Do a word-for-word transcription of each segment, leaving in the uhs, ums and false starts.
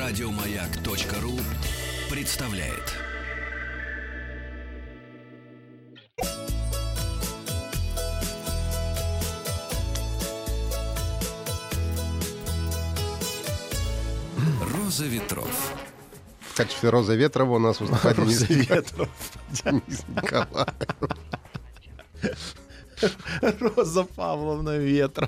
Радиомаяк.ру представляет. Роза ветров. В качестве Роза Ветрова у нас выступает Денис Николаев. Роза Павловна Ветров.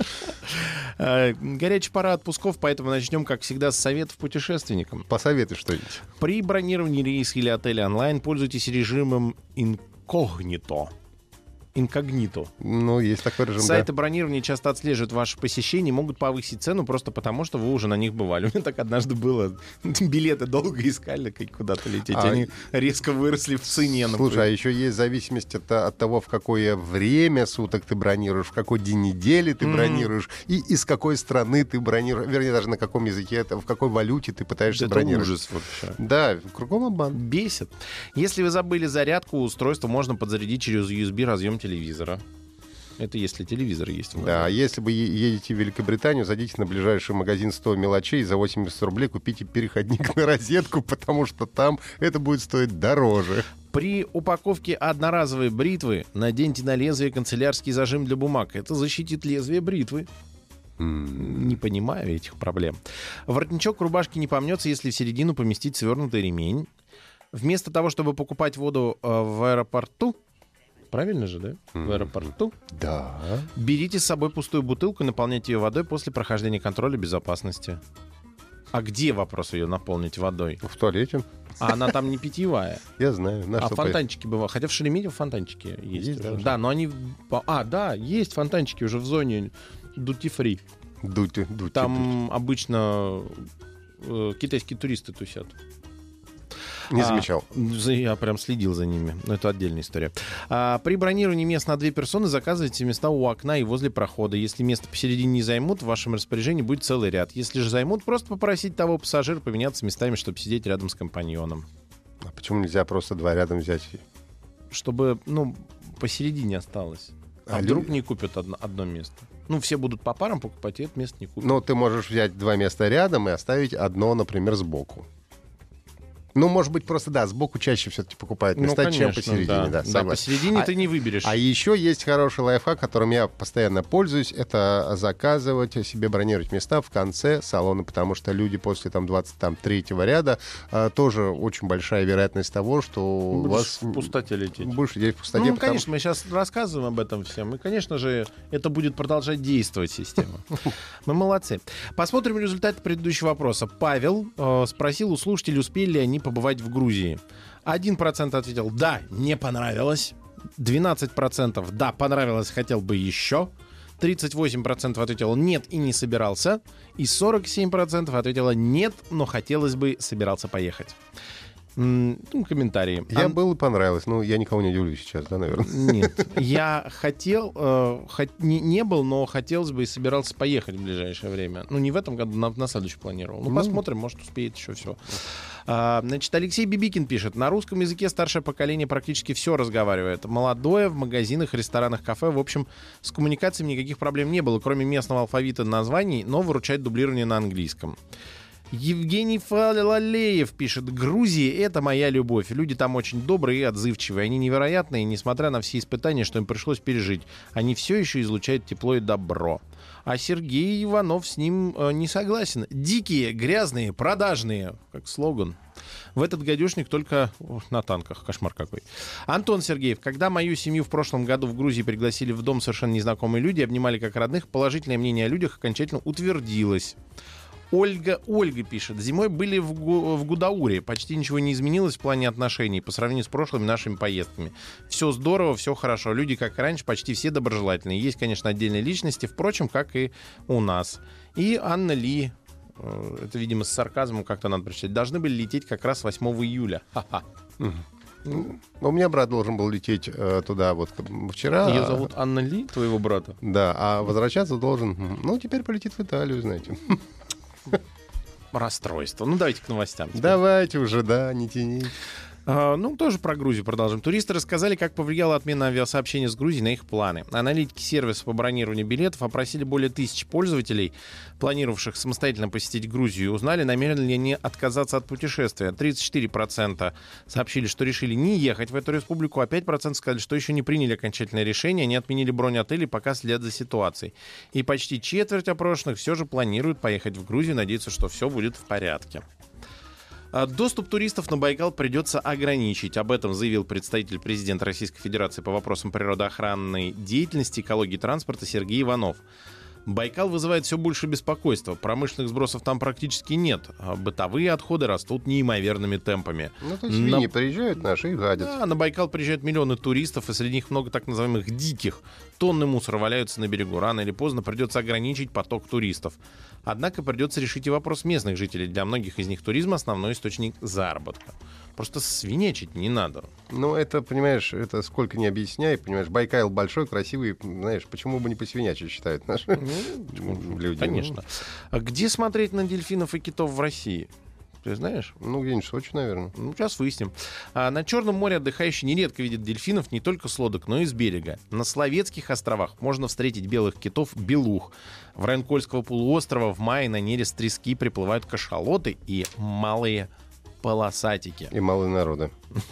Горячая пора отпусков, поэтому начнем, как всегда, с советов путешественникам. Посоветуй что-нибудь. При бронировании рейса или отеля онлайн пользуйтесь режимом инкогнито. Инкогнито. Ну, есть такой режим, Сайты да. бронирования часто отслеживают ваше посещение и могут повысить цену просто потому, что вы уже на них бывали. У меня так однажды было. Билеты долго искали, как куда-то лететь. А... Они резко выросли в цене. Слушай, а еще есть зависимость от, от того, в какое время суток ты бронируешь, в какой день недели ты mm-hmm. бронируешь, и из какой страны ты бронируешь, вернее, даже на каком языке, в какой валюте ты пытаешься Это бронировать. Ужас вообще. Да, кругом обман. Бесит. Если вы забыли зарядку, устройство можно подзарядить через ю эс би-разъем телевизора. Это если телевизор есть. Да, а если вы едете в Великобританию, зайдите на ближайший магазин сто мелочей, за восемьдесят рублей купите переходник на розетку, потому что там это будет стоить дороже. При упаковке одноразовой бритвы наденьте на лезвие канцелярский зажим для бумаг. Это защитит лезвие бритвы. Mm. Не понимаю этих проблем. Воротничок рубашки не помнется, если в середину поместить свернутый ремень. Вместо того, чтобы покупать воду э, в аэропорту, правильно же, да? Mm-hmm. В аэропорту. Да. Берите с собой пустую бутылку и наполняйте ее водой после прохождения контроля безопасности. А где, вопрос, ее наполнить водой? В туалете. А она там не питьевая. Я знаю. На а что фонтанчики по... бывают. Хотя в Шереметьево фонтанчики есть. есть да, да, но они... А, да, есть фонтанчики уже в зоне дути-фри. Дути, дути. Там дути. обычно э, китайские туристы тусят. Не замечал. А, я прям следил за ними. Но это отдельная история. А, при бронировании мест на две персоны заказывайте места у окна и возле прохода. Если место посередине не займут, в вашем распоряжении будет целый ряд. Если же займут, просто попросить того пассажира поменяться местами, чтобы сидеть рядом с компаньоном. А почему нельзя просто два рядом взять? Чтобы, ну, посередине осталось. А, а вдруг люди... не купят одно, одно место? Ну, все будут по парам покупать, и это место не купят. Ну, ты можешь взять два места рядом и оставить одно, например, сбоку. Ну, может быть, просто, да, сбоку чаще все-таки покупают места, ну, конечно, чем посередине. Да, да, да посередине а, ты не выберешь. А еще есть хороший лайфхак, которым я постоянно пользуюсь. Это заказывать себе, бронировать места в конце салона, потому что люди после там, двадцать третьего ряда а, тоже очень большая вероятность того, что будешь у вас... в пустоте лететь. Будешь сидеть в пустоте. Ну, потому... конечно, мы сейчас рассказываем об этом всем. И, конечно же, это будет продолжать действовать, система. Мы молодцы. Посмотрим результаты предыдущего вопроса. Павел э, спросил у слушателей, успели ли они побывать в Грузии. Один процент ответил «да, не понравилось». двенадцать процентов «да, понравилось, хотел бы еще». тридцать восемь процентов ответило «нет» и не собирался. И сорок семь процентов ответило «нет, но хотелось бы, собирался поехать». М- ну, комментарии. Я Ан... был и понравилось. Ну, я никого не удивлю сейчас, да, наверное? Нет. Я хотел, э, хот... не, не был, но хотелось бы и собирался поехать в ближайшее время. Ну, не в этом году, на, на следующий планировал. Ну, ну, посмотрим, может, успеет еще все. А, значит, Алексей Бибикин пишет. На русском языке старшее поколение практически все разговаривает. Молодое в магазинах, ресторанах, кафе. В общем, с коммуникациями никаких проблем не было, кроме местного алфавита названий, но выручает дублирование на английском. Евгений Фалалеев пишет. Грузия — это моя любовь. Люди там очень добрые и отзывчивые. Они невероятные, несмотря на все испытания, что им пришлось пережить. Они все еще излучают тепло и добро. А Сергей Иванов с ним э, не согласен. Дикие, грязные, продажные. Как слоган. В этот гадюшник только на танках. Кошмар какой. Антон Сергеев. Когда мою семью в прошлом году в Грузии пригласили в дом совершенно незнакомые люди, обнимали как родных, положительное мнение о людях окончательно утвердилось. Ольга Ольга пишет. Зимой были в, Гу- в Гудауре. Почти ничего не изменилось в плане отношений по сравнению с прошлыми нашими поездками. Все здорово, все хорошо. Люди, как и раньше, почти все доброжелательные. Есть, конечно, отдельные личности, впрочем, как и у нас. И Анна Ли, э, это, видимо, с сарказмом как-то надо прочитать, должны были лететь как раз восьмого июля. Ха-ха. Ну, у меня брат должен был лететь э, туда вот вчера. Ее зовут Анна Ли, твоего брата? Да, а возвращаться должен... Ну, теперь полетит в Италию, знаете. Расстройство. Ну, давайте к новостям. Теперь. Давайте уже, да, не тяни. А, ну, тоже про Грузию продолжим. Туристы рассказали, как повлияла отмена авиасообщения с Грузией на их планы. Аналитики сервиса по бронированию билетов опросили более тысячи пользователей, планировавших самостоятельно посетить Грузию, и узнали, намерены ли они отказаться от путешествия. тридцать четыре процента сообщили, что решили не ехать в эту республику, а пять процентов сказали, что еще не приняли окончательное решение, не отменили бронь отелей, пока следят за ситуацией. И почти четверть опрошенных все же планируют поехать в Грузию, надеются, что все будет в порядке. Доступ туристов на Байкал придется ограничить. Об этом заявил представитель президента Российской Федерации по вопросам природоохранной деятельности, экологии и транспорта Сергей Иванов. Байкал вызывает все больше беспокойства. Промышленных сбросов там практически нет. А бытовые отходы растут неимоверными темпами. Ну, то есть свиньи на... приезжают наши и гадят. Да, на Байкал приезжают миллионы туристов, и среди них много так называемых диких. Тонны мусора валяются на берегу. Рано или поздно придется ограничить поток туристов. Однако придется решить и вопрос местных жителей. Для многих из них туризм — основной источник заработка. Просто свинячить не надо. Ну, это, понимаешь, это сколько не объясняй, понимаешь, Байкал большой, красивый, знаешь, почему бы не посвинячить, считают наши Ну, люди. конечно. А где смотреть на дельфинов и китов в России? Ты знаешь? Ну, где-нибудь в Сочи, наверное. Ну, сейчас выясним. А на Черном море отдыхающие нередко видят дельфинов не только с лодок, но и с берега. На Словецких островах можно встретить белых китов белух. В район Кольского полуострова в мае на нерест трески приплывают кашалоты и малые полосатики. И малые народы.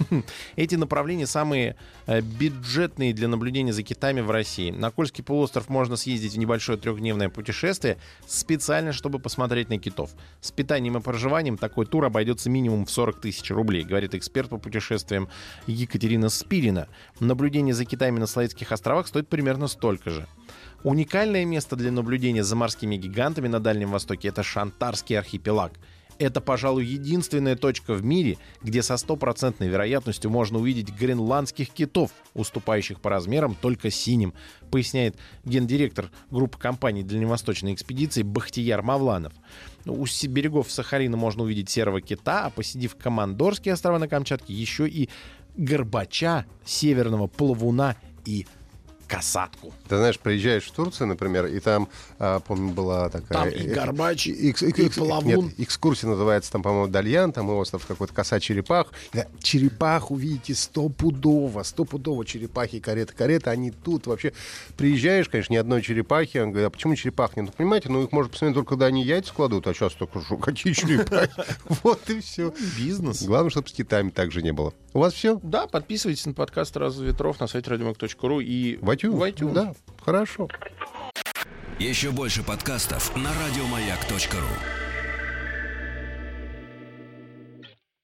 Эти направления самые э, бюджетные для наблюдения за китами в России. На Кольский полуостров можно съездить в небольшое трехдневное путешествие специально, чтобы посмотреть на китов. С питанием и проживанием такой тур обойдется минимум в сорок тысяч рублей, говорит эксперт по путешествиям Екатерина Спирина. Наблюдение за китами на Словецких островах стоит примерно столько же. Уникальное место для наблюдения за морскими гигантами на Дальнем Востоке — это Шантарский архипелаг. Это, пожалуй, единственная точка в мире, где со стопроцентной вероятностью можно увидеть гренландских китов, уступающих по размерам только синим, поясняет гендиректор группы компаний Дальневосточной экспедиции Бахтияр Мавланов. У берегов Сахалина можно увидеть серого кита, а посетив Командорские острова на Камчатке, еще и горбача, северного плавуна и касатку. Ты знаешь, приезжаешь в Турцию, например, и там, а, помню, была такая... Там и горбач, и, экс, экс, и экс, плавун. Нет, экскурсия называется, там, по-моему, Дальян, там и остров какой-то, коса черепах. Да, черепах увидите стопудово, стопудово черепахи, карета-карета, они тут вообще... Приезжаешь, конечно, ни одной черепахи, он говорит, а почему черепах нет? Ну, понимаете, ну, их можно посмотреть только, когда они яйца кладут, а сейчас только что, какие черепахи? Вот и все. Бизнес. Главное, чтобы с китами также не было. У вас все? Да, подписывайтесь на подкаст «Раз ветров» на сайте радиомаяк точка ру и в iTunes. В iTunes. Да, хорошо. Еще больше подкастов на радиомаяк точка ру.